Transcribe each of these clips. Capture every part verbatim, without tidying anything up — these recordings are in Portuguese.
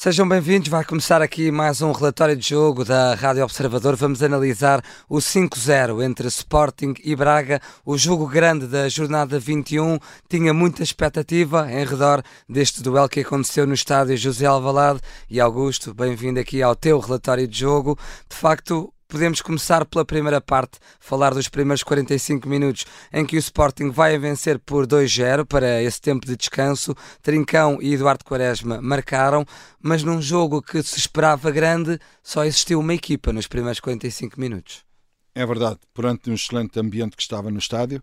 Sejam bem-vindos, vai começar aqui mais um relatório de jogo da Rádio Observador. Vamos analisar o cinco zero entre Sporting e Braga. O jogo grande da jornada vinte e um tinha muita expectativa em redor deste duelo que aconteceu no estádio José Alvalade. E Augusto, bem-vindo aqui ao teu relatório de jogo. De facto, podemos começar pela primeira parte, falar dos primeiros quarenta e cinco minutos em que o Sporting vai a vencer por dois zero para esse tempo de descanso. Trincão e Eduardo Quaresma marcaram, mas num jogo que se esperava grande, só existiu uma equipa nos primeiros quarenta e cinco minutos. É verdade, perante um excelente ambiente que estava no estádio,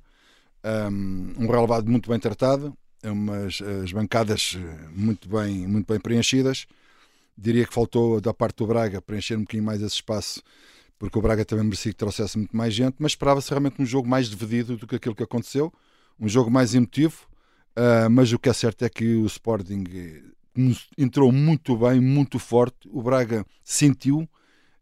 um relevado muito bem tratado, umas, as bancadas muito bem, muito bem preenchidas. Diria que faltou da parte do Braga preencher um bocadinho mais esse espaço, porque o Braga também merecia que trouxesse muito mais gente, mas esperava-se realmente um jogo mais dividido do que aquilo que aconteceu, um jogo mais emotivo, uh, mas o que é certo é que o Sporting entrou muito bem, muito forte, o Braga sentiu, uh,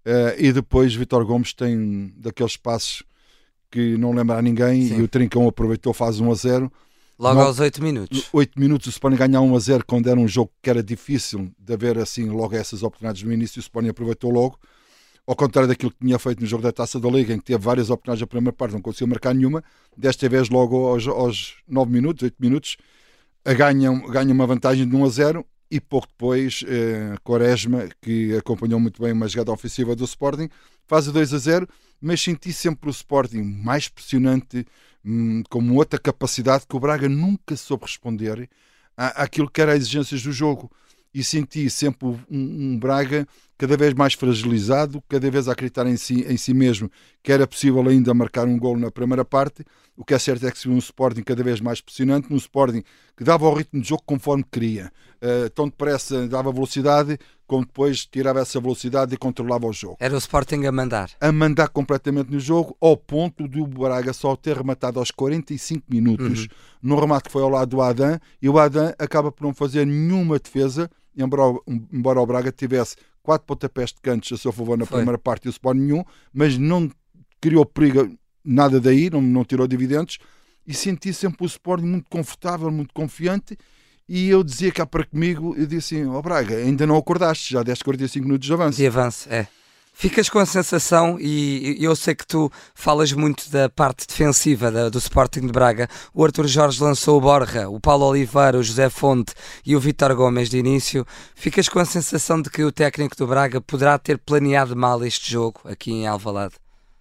e depois Vítor Gomes tem daqueles passos que não lembra a ninguém. Sim. E o Trincão aproveitou, faz um a zero. Logo não, aos oito minutos. oito minutos o Sporting ganhar um a zero quando era um jogo que era difícil de haver assim logo essas oportunidades no início, o Sporting aproveitou logo. Ao contrário daquilo que tinha feito no jogo da Taça da Liga, em que teve várias oportunidades na primeira parte, não conseguiu marcar nenhuma, desta vez logo aos, aos nove minutos, oito minutos, ganha, ganha uma vantagem de um a zero e pouco depois eh, Quaresma, que acompanhou muito bem uma jogada ofensiva do Sporting, faz o dois a zero, mas senti sempre o Sporting mais pressionante, hum, com outra capacidade que o Braga nunca soube responder à, àquilo que eram as exigências do jogo. E senti sempre um, um Braga cada vez mais fragilizado, cada vez a acreditar em si, em si mesmo, que era possível ainda marcar um golo na primeira parte. O que é certo é que se viu um Sporting cada vez mais pressionante, um Sporting que dava o ritmo de jogo conforme queria. Uh, tão depressa dava velocidade, como depois tirava essa velocidade e controlava o jogo. Era o Sporting a mandar. A mandar completamente no jogo, ao ponto do Braga só ter rematado aos quarenta e cinco minutos, uhum. no remate que foi ao lado do Adam, e o Adam acaba por não fazer nenhuma defesa, embora, embora o Braga tivesse quatro pontapés de cantos a seu favor na Foi. primeira parte e o Sporting nenhum, mas não criou perigo nada daí, não, não tirou dividendos, e senti sempre o Sporting muito confortável, muito confiante, e eu dizia cá para comigo, eu disse assim, ó oh, Braga, ainda não acordaste, já deste quarenta e cinco minutos de avanço. De avanço, é. Ficas com a sensação, e eu sei que tu falas muito da parte defensiva da, do Sporting de Braga. O Arthur Jorge lançou o Borja, o Paulo Oliveira, o José Fonte e o Vítor Gomes de início. Ficas com a sensação de que o técnico do Braga poderá ter planeado mal este jogo aqui em Alvalade?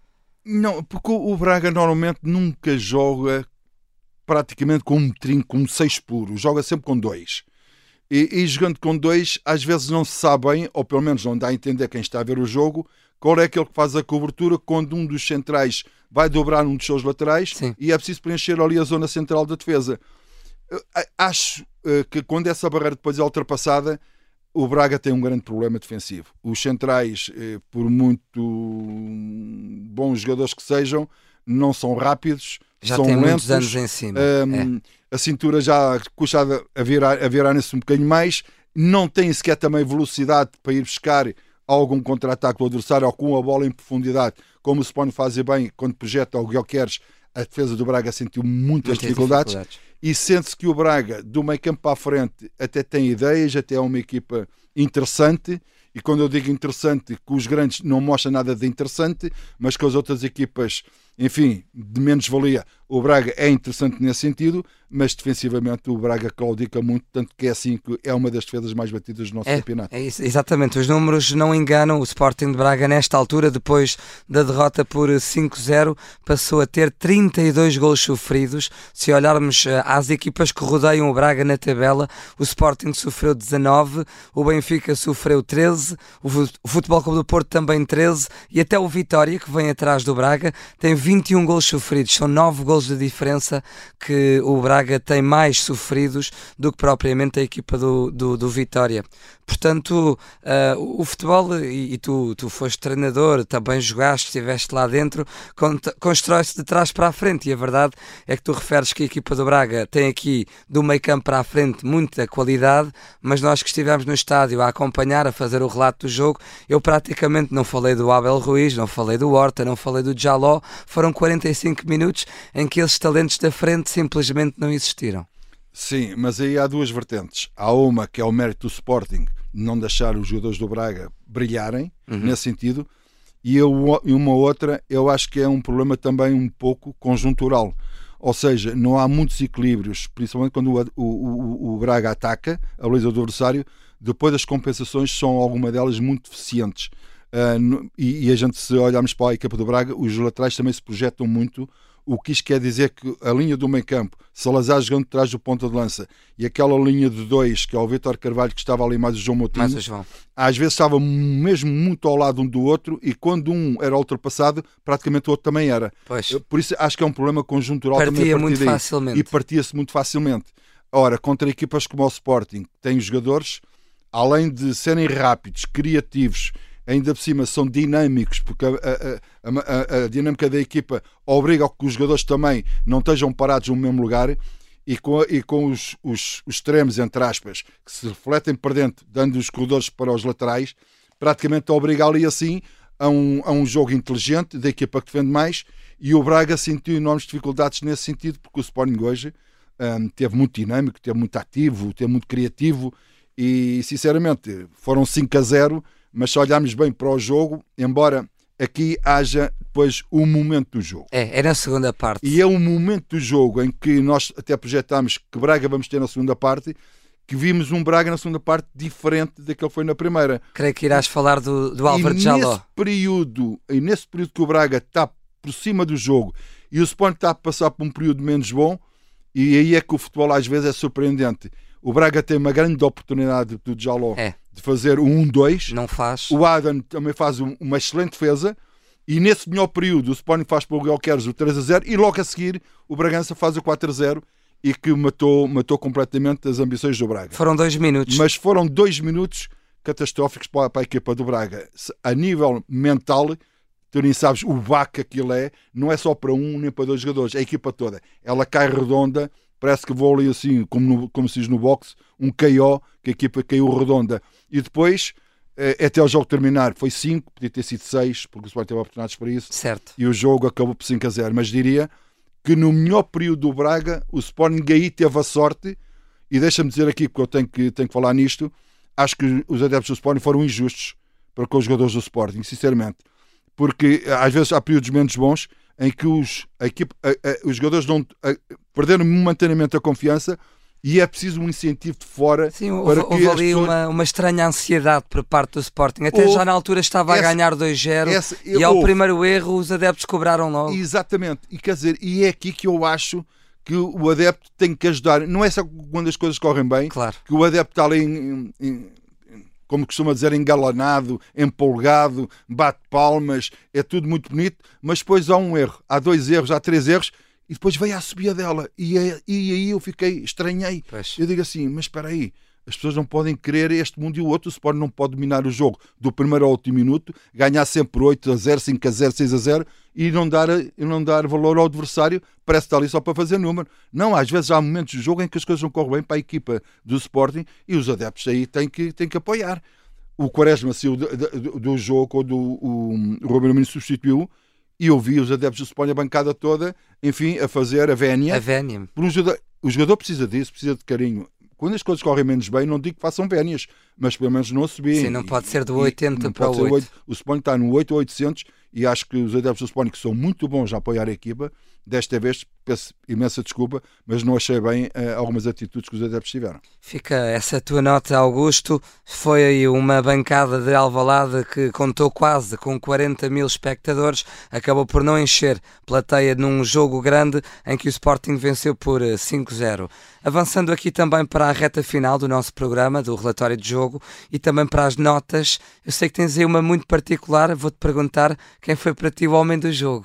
Não, porque o Braga normalmente nunca joga praticamente com um trinco, com um seis puro. Joga sempre com dois. E, e jogando com dois, às vezes não se sabe bem, ou pelo menos não dá a entender quem está a ver o jogo, qual é aquele que faz a cobertura quando um dos centrais vai dobrar um dos seus laterais. Sim. E é preciso preencher ali a zona central da defesa. Acho uh, que quando essa barreira depois é ultrapassada, o Braga tem um grande problema defensivo. Os centrais, uh, por muito bons jogadores que sejam, não são rápidos, já são tem lentos, muitos anos em cima. Um, é. A cintura já custa a virar, a virar-se um bocadinho mais, não tem sequer também velocidade para ir buscar algum contra-ataque do adversário ou com a bola em profundidade, como o Sporting faz bem quando projeta o Guilherme. A defesa do Braga sentiu muitas, muitas dificuldades, dificuldades e sente-se que o Braga do meio campo para a frente até tem ideias, até é uma equipa interessante. E quando eu digo interessante, que os grandes não mostram nada de interessante, mas que as outras equipas, enfim, de menos valia, o Braga é interessante nesse sentido, mas defensivamente o Braga claudica muito, tanto que é assim que é uma das defesas mais batidas do nosso é, campeonato. É isso, exatamente, os números não enganam. O Sporting de Braga nesta altura, depois da derrota por cinco zero, passou a ter trinta e dois golos sofridos. Se olharmos às equipas que rodeiam o Braga na tabela, o Sporting sofreu dezanove, o Benfica sofreu treze, o Futebol Clube do Porto também treze, e até o Vitória, que vem atrás do Braga, tem vinte e um golos sofridos. São nove golos de diferença que o Braga tem mais sofridos do que propriamente a equipa do, do, do Vitória. Portanto, uh, o futebol, e, e tu, tu foste treinador, também jogaste, estiveste lá dentro, constrói-se de trás para a frente, e a verdade é que tu referes que a equipa do Braga tem aqui do meio campo para a frente muita qualidade, mas nós que estivemos no estádio a acompanhar, a fazer o relato do jogo, eu praticamente não falei do Abel Ruiz, não falei do Horta, não falei do Jaló. Foram quarenta e cinco minutos em que esses talentos da frente simplesmente não existiram. Sim, mas aí há duas vertentes. Há uma que é o mérito do Sporting, não deixar os jogadores do Braga brilharem, uhum. nesse sentido. E eu, uma outra, eu acho que é um problema também um pouco conjuntural. Ou seja, não há muitos equilíbrios, principalmente quando o, o, o, o Braga ataca a baliza do adversário. Depois as compensações são, alguma delas, muito deficientes. Uh, no, e, e a gente, se olharmos para a equipa do Braga, os laterais também se projetam muito, o que isto quer dizer que a linha do meio campo, Salazar jogando de trás do ponta de lança, e aquela linha de dois, que é o Vítor Carvalho, que estava ali mais o João Moutinho, mais o João. Às vezes estava mesmo muito ao lado um do outro, e quando um era ultrapassado, praticamente o outro também era. Pois. Por isso acho que é um problema conjuntural. Partia também a muito daí. facilmente. E partia-se muito facilmente. Ora, contra equipas como o Sporting, que têm jogadores, além de serem rápidos, criativos, ainda por cima são dinâmicos, porque a, a, a, a, a dinâmica da equipa obriga a que os jogadores também não estejam parados no mesmo lugar, e com, e com os, os, os extremos, entre aspas, que se refletem para dentro, dando os corredores para os laterais, praticamente obriga ali assim a um, a um jogo inteligente da equipa que defende mais, e o Braga sentiu enormes dificuldades nesse sentido, porque o Sporting hoje um, teve muito dinâmico, teve muito ativo, teve muito criativo, e sinceramente foram cinco a zero, mas se olharmos bem para o jogo, embora aqui haja depois o momento do jogo. É, é na segunda parte. E é o momento do jogo em que nós até projetámos que Braga vamos ter na segunda parte, que vimos um Braga na segunda parte diferente daquele que foi na primeira. Creio que irás falar do, do Álvaro e Jaló. Nesse período, e nesse período que o Braga está por cima do jogo e o Sporting está a passar por um período menos bom, e aí é que o futebol às vezes é surpreendente. O Braga tem uma grande oportunidade do Jaló é. de fazer o um dois. Não faz. O Adam também faz um, uma excelente defesa, e nesse melhor período o Sporting faz para o Guilherme o três a zero, e logo a seguir o Bragança faz o quatro a zero, e que matou, matou completamente as ambições do Braga. Foram dois minutos. Mas foram dois minutos catastróficos para, para a equipa do Braga. A nível mental, tu nem sabes o baque que aquilo é, não é só para um nem para dois jogadores, é a equipa toda. Ela cai redonda, parece que vou ali assim, como, no, como se diz no boxe, um K O, que a equipa caiu redonda. E depois, até o jogo terminar, foi cinco, podia ter sido seis, porque o Sporting teve oportunidades para isso. Certo. E o jogo acabou por cinco a zero. Mas diria que no melhor período do Braga, o Sporting aí teve a sorte, e deixa-me dizer aqui, porque eu tenho que, tenho que falar nisto, acho que os adeptos do Sporting foram injustos para com os jogadores do Sporting, sinceramente. Porque às vezes há períodos menos bons em que os, a equipe, a, a, os jogadores não, a, perderam momentaneamente a confiança, e é preciso um incentivo de fora. Sim, para houve, que houve ali pessoas... uma, uma estranha ansiedade por parte do Sporting. Até Houve... já na altura estava essa, a ganhar dois a zero, essa, e ao houve... primeiro erro os adeptos cobraram logo. Exatamente, e quer dizer, e é aqui que eu acho que o adepto tem que ajudar. Não é só quando as coisas correm bem, claro, que o adepto está ali em, em, como costuma dizer, engalanado, empolgado, bate palmas, é tudo muito bonito, mas depois há um erro, há dois erros, há três erros, e depois veio a subida dela, e, é, e aí eu fiquei, estranhei. Pois. Eu digo assim, mas espera aí, as pessoas não podem querer este mundo e o outro, o Sporting não pode dominar o jogo do primeiro ao último minuto, ganhar sempre oito a zero, cinco a zero, seis a zero, e não dar, e não dar valor ao adversário, parece estar ali só para fazer número. Não, às vezes há momentos do jogo em que as coisas não correm bem para a equipa do Sporting, e os adeptos aí têm que, têm que apoiar. O Quaresma saiu do, do, do jogo, quando o, o Romero Mino substituiu, e eu vi os adeptos do Sporting, a bancada toda, enfim, a fazer a vénia. A vénia. Por um jogador, o jogador precisa disso, precisa de carinho. Quando as coisas correm menos bem, não digo que façam vénias, mas pelo menos não subir. Sim, não pode ser do oitenta para o oito. O Sporting está no oito a oitocentos, e acho que os adeptos do Sporting, que são muito bons a apoiar a equipa, desta vez peço imensa desculpa, mas não achei bem uh, algumas atitudes que os adeptos tiveram. Fica essa tua nota, Augusto. Foi aí uma bancada de Alvalade que contou quase com quarenta mil espectadores, acabou por não encher plateia num jogo grande em que o Sporting venceu por cinco a zero. Avançando aqui também para a reta final do nosso programa, do relatório de jogo, e também para as notas, eu sei que tens aí uma muito particular, vou-te perguntar quem foi para ti o homem do jogo.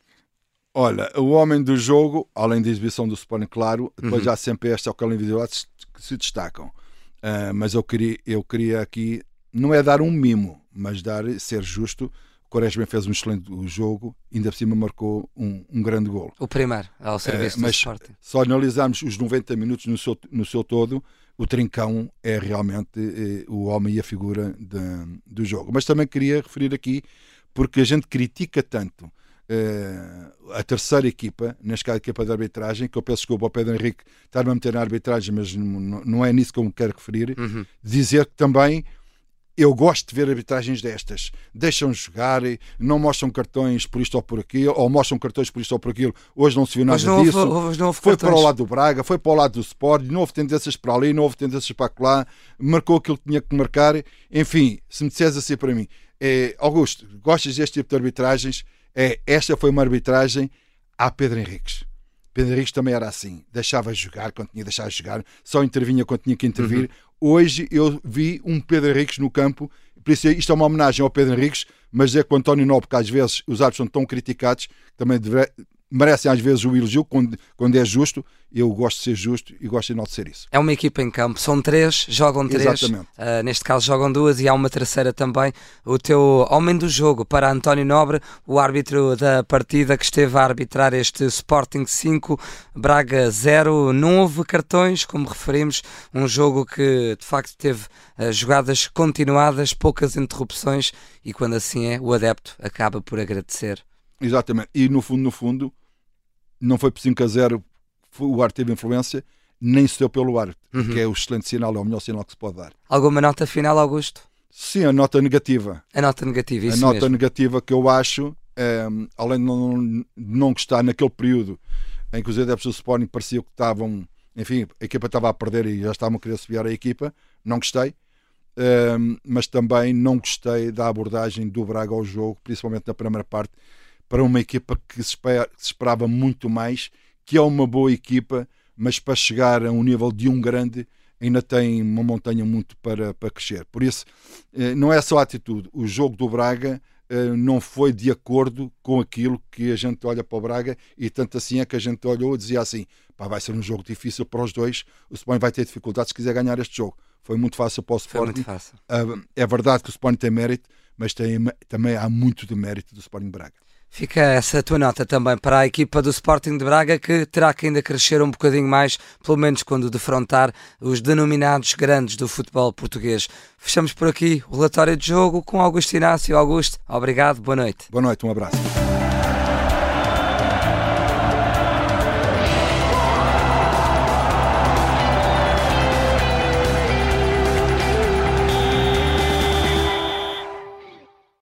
Olha, o homem do jogo, além da exibição do Sporting, claro, depois uhum. há sempre estas aquelas individualidades que se destacam. Uh, mas eu queria, eu queria aqui, não é dar um mimo, mas dar, ser justo. O Quaresma fez um excelente jogo, ainda por cima marcou um, um grande golo. O primeiro, ao serviço uh, do mas Sporting. Só analisarmos os noventa minutos no seu, no seu todo, o Trincão é realmente eh, o homem e a figura de, do jogo. Mas também queria referir aqui, porque a gente critica tanto uh, a terceira equipa, neste caso a equipa de arbitragem, que eu peço desculpa ao Pedro Henrique estar-me a meter na arbitragem, mas não, não é nisso que eu me quero referir, uhum. dizer que também eu gosto de ver arbitragens destas. Deixam jogar, não mostram cartões por isto ou por aquilo, ou mostram cartões por isto ou por aquilo. Hoje não se viu nada não disso. Houve, houve, não houve foi cartões. para o lado do Braga, foi para o lado do Sport, não houve tendências para ali, não houve tendências para lá, marcou aquilo que tinha que marcar. Enfim, se me disseres assim para mim, é, Augusto, gostas deste tipo de arbitragens? É, esta foi uma arbitragem à Pedro Henriques. Pedro Henriques também era assim, deixava jogar quando tinha de deixar jogar, só intervinha quando tinha que intervir. Uhum. Hoje eu vi um Pedro Henriques no campo, por isso isto é uma homenagem ao Pedro Henriques, mas é que o António Nobre, porque às vezes os árbitros são tão criticados, também deve, merecem às vezes o elogio quando, quando é justo. Eu gosto de ser justo e gosto de enaltecer isso. É uma equipa em campo, são três, jogam três, uh, neste caso jogam duas e há uma terceira também. O teu homem do jogo para António Nobre, o árbitro da partida que esteve a arbitrar este Sporting cinco, Braga zero, não houve cartões, como referimos, um jogo que de facto teve uh, jogadas continuadas, poucas interrupções, e quando assim é, o adepto acaba por agradecer. Exatamente, e no fundo, no fundo, não foi por cinco a zero, o árbitro teve influência, nem se deu pelo árbitro, uhum. que é o excelente sinal, é o melhor sinal que se pode dar. Alguma nota final, Augusto? Sim, a nota negativa. A nota negativa, isso A nota mesmo. negativa que eu acho, é, além de não, não gostar naquele período em que os adeptos do Sporting pareciam que estavam, enfim, a equipa estava a perder e já estavam a querer subir a equipa, não gostei. É, mas também não gostei da abordagem do Braga ao jogo, principalmente na primeira parte, para uma equipa que se, espera, que se esperava muito mais, que é uma boa equipa, mas para chegar a um nível de um grande ainda tem uma montanha muito para, para crescer. Por isso, não é só a atitude. O jogo do Braga não foi de acordo com aquilo que a gente olha para o Braga, e tanto assim é que a gente olhou e dizia assim, pá, vai ser um jogo difícil para os dois, o Sporting vai ter dificuldades se quiser ganhar este jogo. Foi muito fácil para o Sporting. É verdade que o Sporting tem mérito, mas tem, também há muito de mérito do Sporting Braga. Fica essa tua nota também para a equipa do Sporting de Braga, que terá que ainda crescer um bocadinho mais, pelo menos quando defrontar os denominados grandes do futebol português. Fechamos por aqui o relatório de jogo com Augusto Inácio. Augusto, obrigado, boa noite. Boa noite, um abraço.